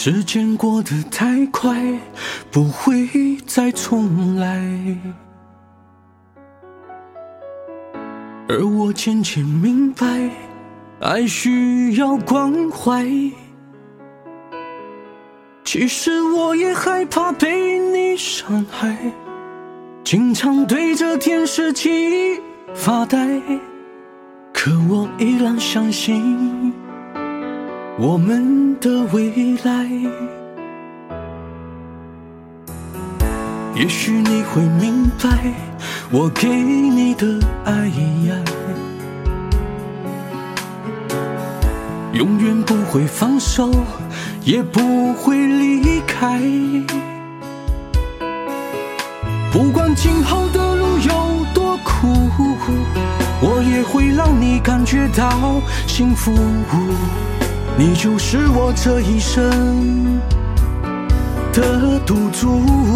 时间过得太快，不会再重来，而我渐渐明白，爱需要关怀。其实我也害怕被你伤害，经常对着电视机发呆，可我依然相信我们的未来。也许你会明白我给你的爱呀，永远不会放手，也不会离开。不管今后的路有多苦，我也会让你感觉到幸福。你就是我这一生的赌注。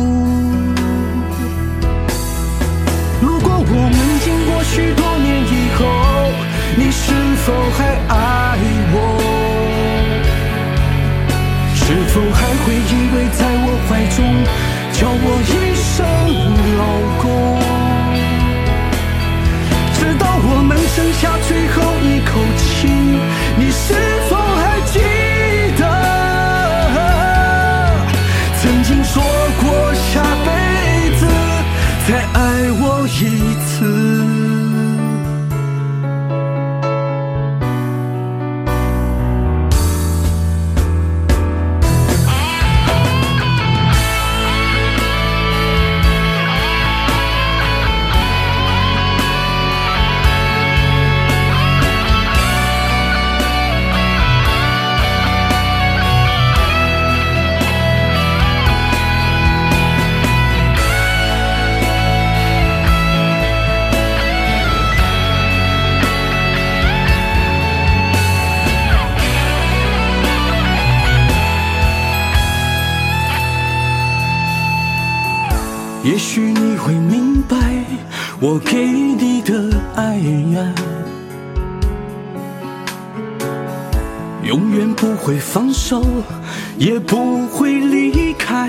如果我们经过许多年以后，你是否还爱我？是否还会依偎在我怀中，叫我一声老公？直到我们剩下最后一口气，你是否还记得曾经说过下辈子再爱我一次？也许你会明白我给你的爱呀，永远不会放手，也不会离开。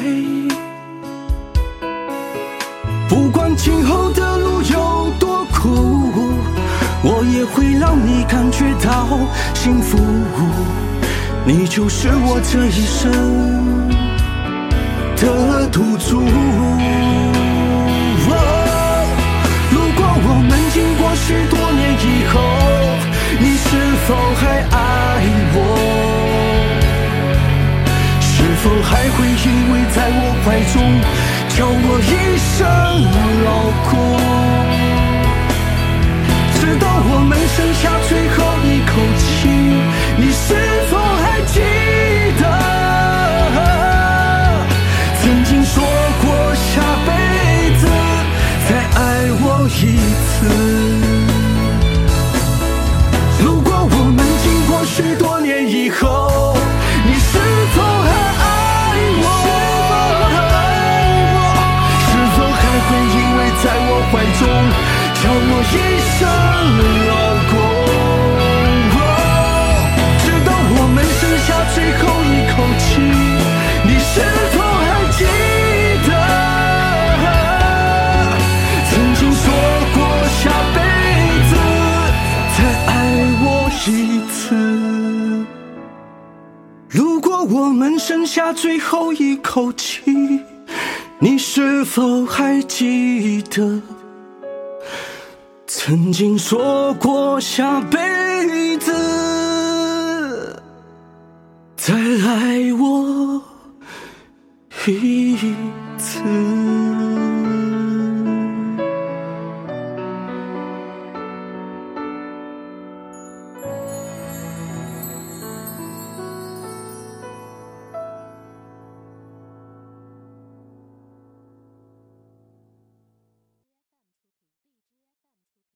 不管今后的路有多苦，我也会让你感觉到幸福。你就是我这一生的赌注。如果我们经过许多年以后，你是否还爱我？是否还会依偎在我怀中，叫我一声老公？直到我们剩下最后一口气，你是否还记得曾经说过下辈子再爱我一次？如果我们经过许多年以后，你是否还爱我？是否还会依偎在我怀中，叫我一声老公？直到我们剩下最后一口气，你是否还记得曾经说过下辈子再爱我一次？如果我们剩下最后一口气，你是否还记得曾经说过下辈子再爱我一